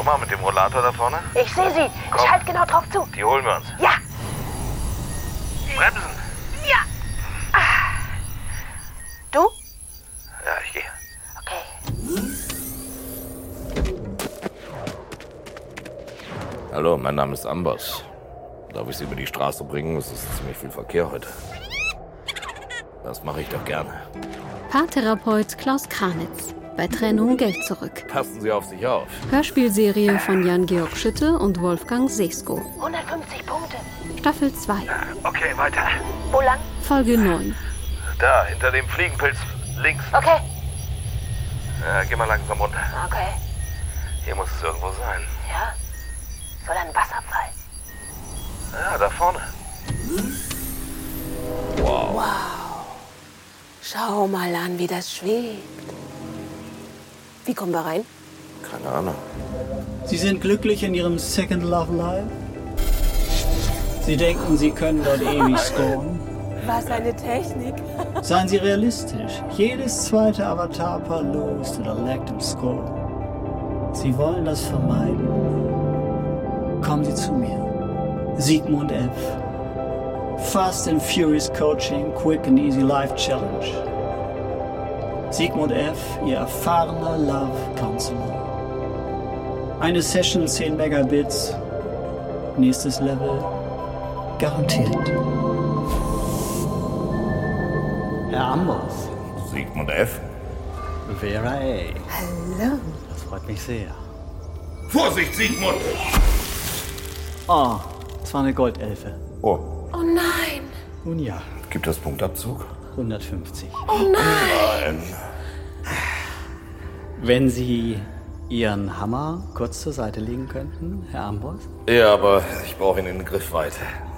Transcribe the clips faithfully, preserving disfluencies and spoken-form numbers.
Firma mit dem Rollator da vorne? Ich sehe sie. Komm. Ich halte genau drauf zu. Die holen wir uns. Ja. Bremsen. Ja. Du? Ja, ich gehe. Okay. Hallo, mein Name ist Amboss. Darf ich Sie über die Straße bringen? Es ist ziemlich viel Verkehr heute. Das mache ich doch gerne. Paartherapeut Klaus Kranitz. Bei Trennung Geld zurück. Passen Sie auf sich auf. Hörspielserie von Jan-Georg Schütte und Wolfgang Sesko. hundertfünfzig Punkte. Staffel zwei. Okay, weiter. Wo lang? Folge neun. Da, hinter dem Fliegenpilz. Links. Okay. Ja, geh mal langsam runter. Okay. Hier muss es irgendwo sein. Ja. Soll ein Wasserfall. Ja, da vorne. Wow. Wow. Schau mal an, wie das schwebt. Wie kommen wir rein? Keine Ahnung. Sie sind glücklich in Ihrem Second Love Life? Sie denken, Sie können dort ewig scoren? Was eine Technik. Seien Sie realistisch. Jedes zweite Avatar-Paar lost oder lackt im Score. Sie wollen das vermeiden. Kommen Sie zu mir. Sigmund F. Fast and Furious Coaching, Quick and Easy Life Challenge. Sigmund F., Ihr erfahrener Love Counselor. Eine Session zehn Megabits. Nächstes Level garantiert. Herr Amboss. Sigmund F. Vera A. Hallo. Das freut mich sehr. Vorsicht, Sigmund! Oh, das war eine Goldelfe. Oh, Oh nein. Nun ja, gibt es Punktabzug? hundertfünfzig. Oh nein. Nein. Wenn Sie Ihren Hammer kurz zur Seite legen könnten, Herr Amboss. Ja, aber ich brauche ihn in Griffweite.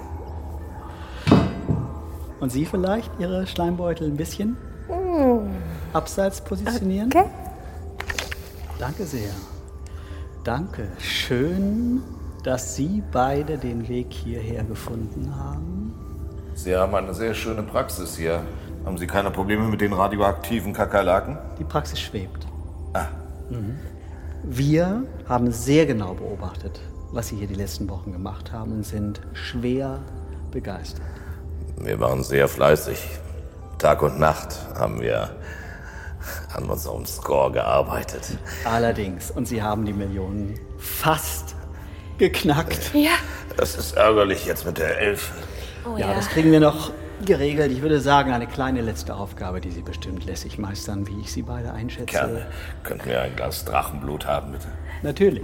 Und Sie vielleicht Ihre Schleimbeutel ein bisschen abseits positionieren? Okay. Danke sehr. Danke. Schön, dass Sie beide den Weg hierher gefunden haben. Sie haben eine sehr schöne Praxis hier. Haben Sie keine Probleme mit den radioaktiven Kakerlaken? Die Praxis schwebt. Ah. Mhm. Wir haben sehr genau beobachtet, was Sie hier die letzten Wochen gemacht haben und sind schwer begeistert. Wir waren sehr fleißig. Tag und Nacht haben wir an unserem Score gearbeitet. Allerdings. Und Sie haben die Millionen fast geknackt. Ja. Das ist ärgerlich jetzt mit der Elf. Oh Ja, ja. das kriegen wir noch geregelt. Ich würde sagen, eine kleine letzte Aufgabe, die Sie bestimmt lässig meistern, wie ich Sie beide einschätze. Gerne. Könnten wir ein Glas Drachenblut haben, bitte? Natürlich.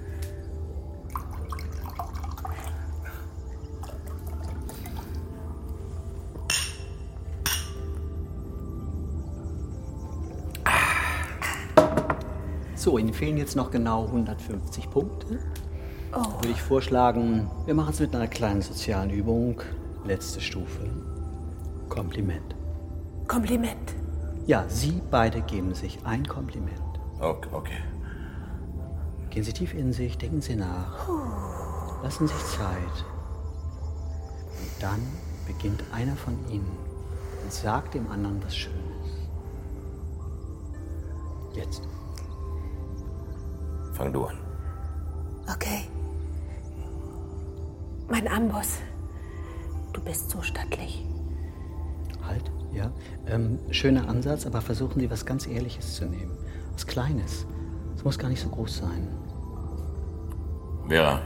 So, Ihnen fehlen jetzt noch genau hundertfünfzig Punkte. Oh. Würde ich vorschlagen, wir machen es mit einer kleinen sozialen Übung. Letzte Stufe. Kompliment. Kompliment. Ja, Sie beide geben sich ein Kompliment. Okay, okay. Gehen Sie tief in sich, denken Sie nach. Lassen Sie sich Zeit. Und dann beginnt einer von Ihnen und sagt dem anderen was Schönes. Jetzt. Fang du an. Okay. Mein Amboss. Du bist so stattlich. Halt, ja. Ähm, schöner Ansatz, aber versuchen Sie was ganz Ehrliches zu nehmen. Was Kleines. Es muss gar nicht so groß sein. Vera,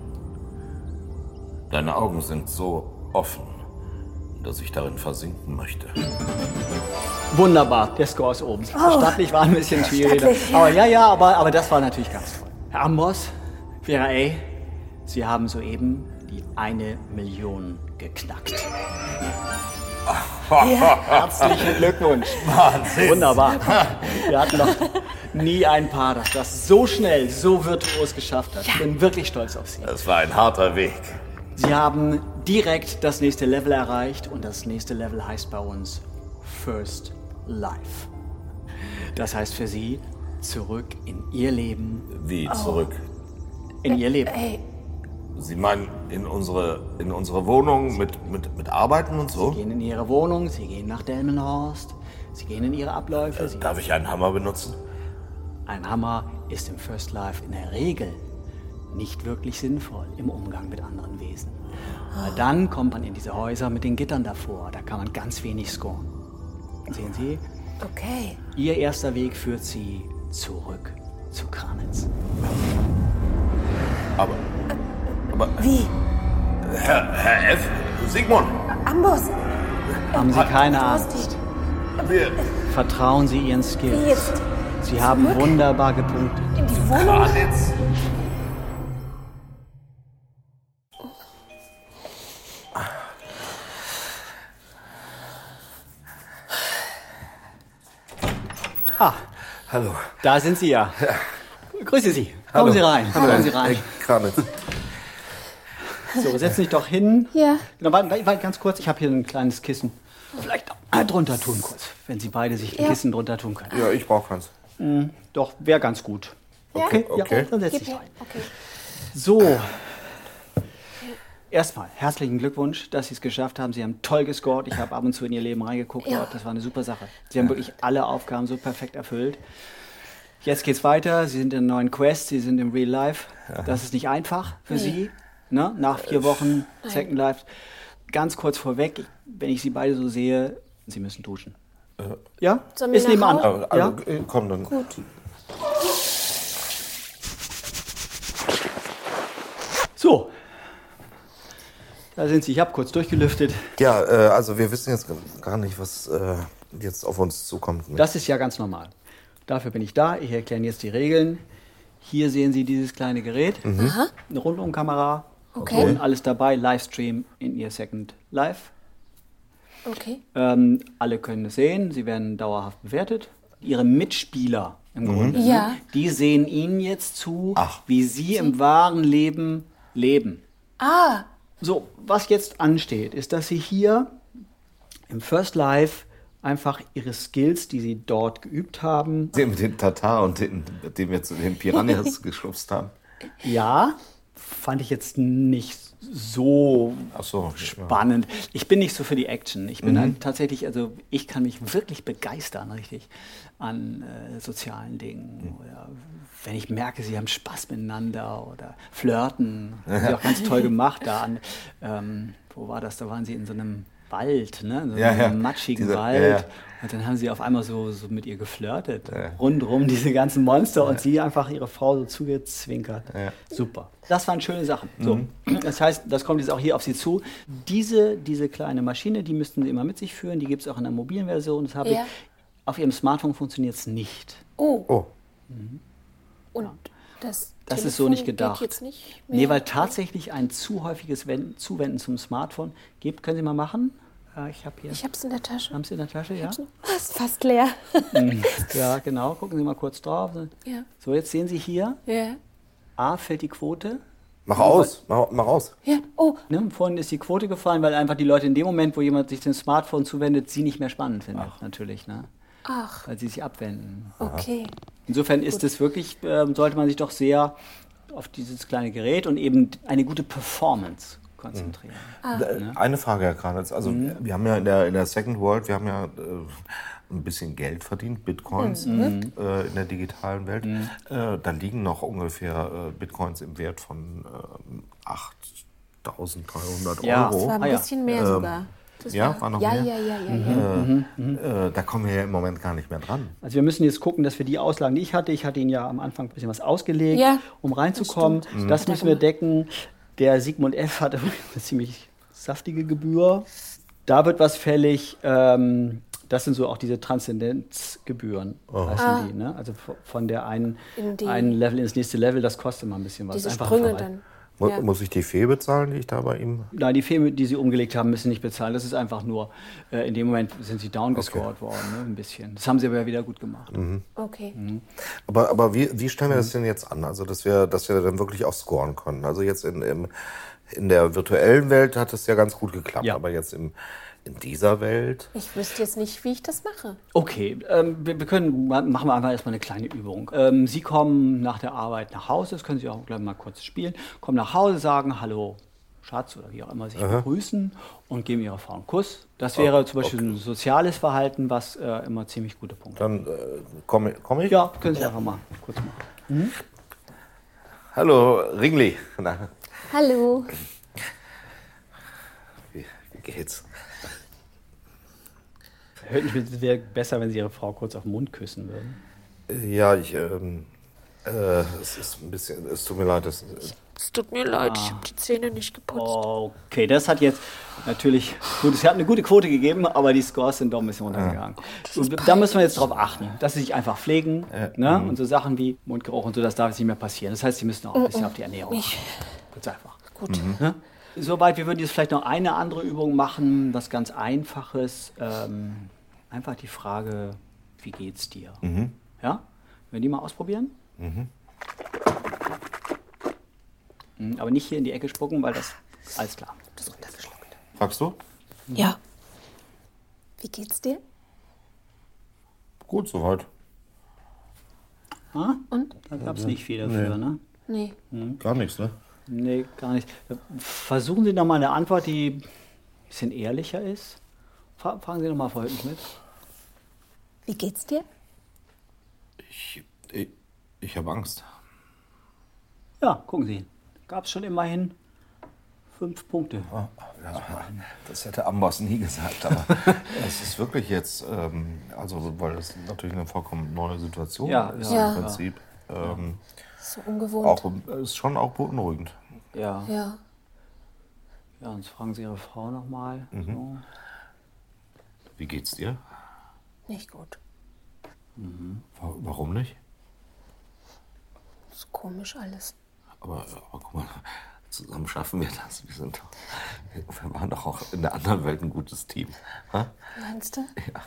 deine Augen sind so offen, dass ich darin versinken möchte. Wunderbar, der Score ist oben. Oh. Stattlich war ein bisschen schwierig. Stattlich, ja. Aber ja, ja, aber, aber das war natürlich ganz toll. Herr Amboss, Vera A., Sie haben soeben die eine Million geknackt. Ja. Herzlichen Glückwunsch. Wahnsinn. Wunderbar. Wir hatten noch nie ein Paar, das das so schnell, so virtuos geschafft hat. Ich bin wirklich stolz auf Sie. Das war ein harter Weg. Sie haben direkt das nächste Level erreicht und das nächste Level heißt bei uns First Life. Das heißt für Sie zurück in Ihr Leben, Wie zurück? in Ihr Leben. Ey, Sie meinen in unsere, in unsere Wohnung mit, mit, mit Arbeiten und so? Sie gehen in Ihre Wohnung, Sie gehen nach Delmenhorst, Sie gehen in Ihre Abläufe. Sie Darf ich einen Hammer benutzen? Ein Hammer ist im First Life in der Regel nicht wirklich sinnvoll im Umgang mit anderen Wesen. Weil dann kommt man in diese Häuser mit den Gittern davor. Da kann man ganz wenig scoren. Sehen Sie? Okay. Ihr erster Weg führt Sie zurück zu Kranitz. Aber, aber, Wie? Herr, Herr F., Sigmund, Amboss. Haben Sie keine Angst. Vorsicht. wir, Vertrauen Sie Ihren Wie Skills. jetzt? Sie haben Zurück? wunderbar gepunktet. In die Wohnung? Kranitz. Ah, Hallo. da sind Sie ja. Grüße Sie. Kommen Hallo. Sie rein. Hallo, Kommen Sie rein. Herr Kranitz. So, setzen Sie sich doch hin. Ja. Genau, warte, warte, ganz kurz, ich habe hier ein kleines Kissen. Vielleicht auch drunter tun kurz, wenn Sie beide sich ein Ja. Kissen drunter tun können. Ja, ich brauche keins. Doch, wäre ganz gut. Okay, okay. Ja, dann setz Gib dich her. rein. Okay. So. Erstmal herzlichen Glückwunsch, dass Sie es geschafft haben. Sie haben toll gescored. Ich habe ab und zu in Ihr Leben reingeguckt. Ja. Dort. Das war eine super Sache. Sie haben wirklich alle Aufgaben so perfekt erfüllt. Jetzt geht's weiter. Sie sind in einer neuen Quest. Sie sind im Real Life. Das ist nicht einfach für Nee. Sie. Ne? Nach vier Wochen Second Life. Ganz kurz vorweg, wenn ich Sie beide so sehe, Sie müssen duschen. Ja? Sollen wir Ist nach nebenan. Hause? Also, Ja? also, äh, komm dann. Gut. So. Da sind Sie. Ich habe kurz durchgelüftet. Ja, äh, also wir wissen jetzt gar nicht, was äh, jetzt auf uns zukommt. Ne? Das ist ja ganz normal. Dafür bin ich da. Ich erkläre jetzt die Regeln. Hier sehen Sie dieses kleine Gerät. Eine Rundumkamera. Okay. Und alles dabei. Livestream in Ihr Second Life. Okay. Ähm, alle können es sehen. Sie werden dauerhaft bewertet. Ihre Mitspieler im Grunde, Ja. ne, die sehen Ihnen jetzt zu, Ach. wie Sie im wahren Leben leben. Ah. So, was jetzt ansteht, ist, dass Sie hier im First Life einfach Ihre Skills, die Sie dort geübt haben, Den mit den Tatar und den, mit dem wir zu den Piranhas geschubst haben. ja, fand ich jetzt nicht so Ach so. spannend. Ich bin nicht so für die Action. Ich bin halt tatsächlich, also ich kann mich wirklich begeistern, richtig, an äh, sozialen Dingen. Oder wenn ich merke, sie haben Spaß miteinander oder flirten. Haben sie auch ganz toll gemacht da an, ähm, wo war das? Da waren sie in so einem Wald, ne? In so Ja, einem ja. matschigen Diese- Wald. ja, ja. Und dann haben sie auf einmal so, so mit ihr geflirtet. Ja. Rundrum diese ganzen Monster und sie einfach ihre Frau so zugezwinkert. Ja. Super. Das waren schöne Sachen. So. Das heißt, das kommt jetzt auch hier auf Sie zu. Diese, diese kleine Maschine, die müssten Sie immer mit sich führen. Die gibt es auch in der mobilen Version. Das habe Ja. ich. Auf Ihrem Smartphone funktioniert es nicht. Oh. Oh, Und das Das Telefon ist so nicht gedacht. Geht jetzt nicht mehr. Nee, weil tatsächlich ein zu häufiges Wenden, Zuwenden zum Smartphone gibt. Können Sie mal machen? Äh, Ich habe hier. Ich hab's in der Tasche. Haben Sie in der Tasche? Ja. Das ist fast leer. Ja, genau. Gucken Sie mal kurz drauf. Ja. So, jetzt sehen Sie hier. Ja. A, fällt die Quote. mach aus, mach, mach aus. Ja. Oh. Ne, vorhin ist die Quote gefallen, weil einfach die Leute in dem Moment, wo jemand sich dem Smartphone zuwendet, sie nicht mehr spannend findet, natürlich. Ne? Ach. Weil sie sich abwenden. Okay. Insofern ist es wirklich, ähm, sollte man sich doch sehr auf dieses kleine Gerät und eben eine gute Performance konzentrieren. Äh, Eine Frage, Herr Kranitz. Also wir haben ja in der, in der Second World, wir haben ja äh, ein bisschen Geld verdient, Bitcoins äh, in der digitalen Welt. Äh, da liegen noch ungefähr äh, Bitcoins im Wert von äh, achttausenddreihundert Ja. Das Euro. war ein Ah, ja. bisschen mehr sogar. Das ja, war noch ja, mehr? Ja, ja, ja, ja. Äh, da kommen wir ja im Moment gar nicht mehr dran. Also wir müssen jetzt gucken, dass wir die Auslagen, die ich hatte, ich hatte Ihnen ja am Anfang ein bisschen was ausgelegt, Ja, um reinzukommen. das Das, stimmt. Mhm. müssen wir decken. Der Sigmund F. hatte eine ziemlich saftige Gebühr. Da wird was fällig. Ähm, das sind so auch diese Transzendenzgebühren, heißen die. Ne? Also von der einen, In die- einen Level ins nächste Level, das kostet mal ein bisschen was. Diese Einfach Sprünge verwalten. dann. Mu Ja. Muss ich die Fee bezahlen, die ich da bei ihm... Nein, die Fee, die sie umgelegt haben, müssen nicht bezahlen. Das ist einfach nur, äh, in dem Moment sind sie downgescored worden, ne? Ein bisschen. Das haben sie aber ja wieder gut gemacht. Okay. Aber, aber wie, wie stellen wir das denn jetzt an? Also, dass wir, dass wir dann wirklich auch scoren können. Also jetzt in, im, in der virtuellen Welt hat es ja ganz gut geklappt. Ja. Aber jetzt im, in dieser Welt... Ich wüsste jetzt nicht, wie ich das mache. Okay, ähm, wir, wir können, machen wir einfach erstmal eine kleine Übung. Ähm, sie kommen nach der Arbeit nach Hause, das können Sie auch gleich mal kurz spielen, kommen nach Hause, sagen Hallo Schatz oder wie auch immer, sich begrüßen und geben ihrer Frau einen Kuss. Das wäre zum Beispiel ein soziales Verhalten, was äh, immer ziemlich gute Punkte hat. Dann äh, komme komm ich. Ja, können Sie einfach mal kurz machen. Mhm. Hallo, Ringli. Na, Hallo. wie, wie geht's? Es wäre besser, wenn Sie Ihre Frau kurz auf den Mund küssen würden. Ja, ich, ähm, äh, es ist ein bisschen, es tut mir leid, das, Es tut mir leid, ich habe die Zähne nicht geputzt. Okay, das hat jetzt natürlich, gut, es hat eine gute Quote gegeben, aber die Scores sind doch ein bisschen runtergegangen. Und da müssen wir jetzt drauf achten, dass Sie sich einfach pflegen, Ja. ne? Mhm. Und so Sachen wie Mundgeruch und so, das darf jetzt nicht mehr passieren. Das heißt, Sie müssen auch ein bisschen auf die Ernährung achten. Ich- Ganz einfach. Gut. Ne? Soweit, wir würden jetzt vielleicht noch eine andere Übung machen, was ganz Einfaches. Ähm, einfach die Frage, wie geht's dir? Mhm. Ja? Wollen wir die mal ausprobieren? Mhm. Mhm, aber nicht hier in die Ecke spucken, weil das, alles klar. Das runtergeschluckt. Fragst du? Ja. Wie geht's dir? Gut, soweit. Ah? Und? Da gab es nicht viel dafür, ne? Nee. Gar nichts, ne? Nee, gar nicht. Versuchen Sie noch mal eine Antwort, die ein bisschen ehrlicher ist. Fra- Fragen Sie noch mal Frau Hüttenschmidt. Wie geht's dir? Ich, ich, ich habe Angst. Ja, gucken Sie. Gab es schon immerhin fünf Punkte. Ja, das hätte Amboss nie gesagt, aber es ist wirklich jetzt, ähm, also weil das natürlich eine vollkommen neue Situation Ja, ist ja. im Prinzip. Ähm, So ungewohnt. auch ist schon auch beunruhigend. Ja. Ja. Ja, und jetzt fragen Sie Ihre Frau noch mal. So. Wie geht's dir? Nicht gut. Wa- Warum nicht? Ist komisch alles. Aber, aber guck mal, zusammen schaffen wir das. Wir sind doch, wir waren doch auch in der anderen Welt ein gutes Team. Ha? Meinst du? Ja.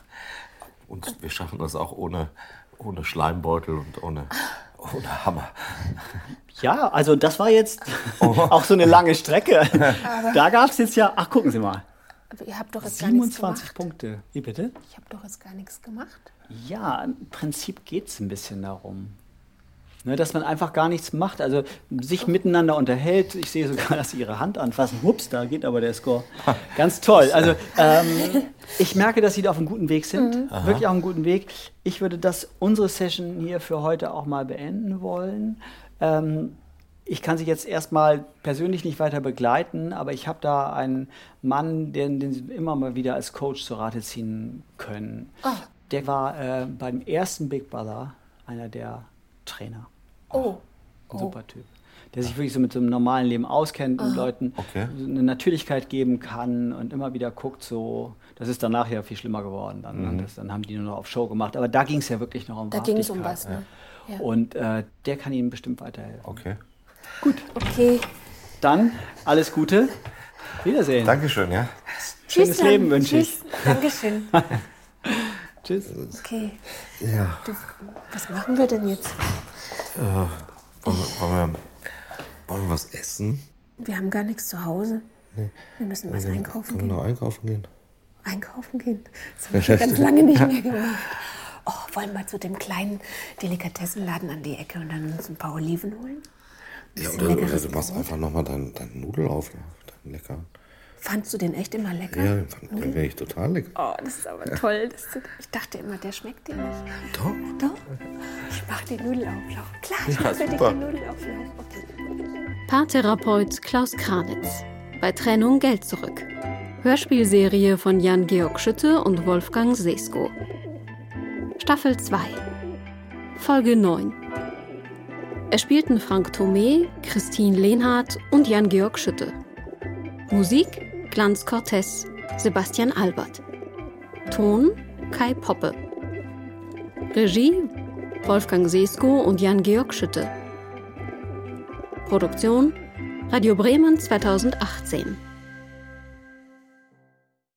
Und wir schaffen das auch ohne, ohne Schleimbeutel und ohne, ohne Hammer. Ja, also das war jetzt auch so eine lange Strecke. Da gab es jetzt ja, ach gucken Sie mal, Aber ihr habt doch jetzt gar nichts siebenundzwanzig gemacht. Punkte. Wie bitte? Ich habe doch jetzt gar nichts gemacht. Ja, im Prinzip geht es ein bisschen darum. Ne, dass man einfach gar nichts macht, also sich miteinander unterhält. Ich sehe sogar, dass Sie Ihre Hand anfassen. Hups, da geht aber der Score. Ganz toll. Also ähm, ich merke, dass Sie da auf einem guten Weg sind. Wirklich auf einem guten Weg. Ich würde das, unsere Session hier für heute auch mal beenden wollen. Ähm, ich kann Sie jetzt erstmal persönlich nicht weiter begleiten, aber ich habe da einen Mann, den, den Sie immer mal wieder als Coach zur Rate ziehen können. Der war äh, beim ersten Big Brother einer der Trainer. Oh. Ein super Typ. Der sich wirklich so mit so einem normalen Leben auskennt und Leuten Okay. so eine Natürlichkeit geben kann und immer wieder guckt, so. Das ist danach ja viel schlimmer geworden. Dann, ne? das, dann haben die nur noch auf Show gemacht. Aber da ging es ja wirklich noch um Da ging es um Wahrhaftigkeit. was, ne? Ja. Und äh, der kann Ihnen bestimmt weiterhelfen. Okay. Okay. Dann alles Gute. Wiedersehen. Dankeschön, ja. Schönes Tschüss, Leben dann. wünsche ich. Tschüss. Dankeschön. Tschüss. Okay. Ja. Du, was machen wir denn jetzt? Wollen wir, wollen, wir, wollen wir was essen? Wir haben gar nichts zu Hause. Wir müssen was einkaufen Können wir gehen. noch einkaufen gehen? Einkaufen gehen? Das haben wir schon ganz lange nicht mehr gemacht. Oh, wollen wir zu dem kleinen Delikatessenladen an die Ecke und dann uns ein paar Oliven holen? Ein Ja, bisschen oder, oder leckeres du machst Brot. einfach nochmal deinen dein Nudelauflauf, deinen leckeren. Fandst du den echt immer lecker? Ja, den fand- den wäre ich total lecker. Oh, das ist aber toll. Das ist, ich dachte immer, der schmeckt dir nicht. Doch. Doch? Ich mach den Nudelauflauf. Klar, ich Ja, mach für dich super. den Nudelauflauf. Okay. Paartherapeut Klaus Kranitz. Bei Trennung Geld zurück. Hörspielserie von Jan-Georg Schütte und Wolfgang Sesko. Staffel zwei. Folge neun. Es spielten Frank Thomé, Christine Lehnhardt und Jan-Georg Schütte. Musik Glanz Cortez, Sebastian Albert. Ton Kai Poppe. Regie Wolfgang Sesko und Jan-Georg Schütte. Produktion Radio Bremen zweitausendachtzehn.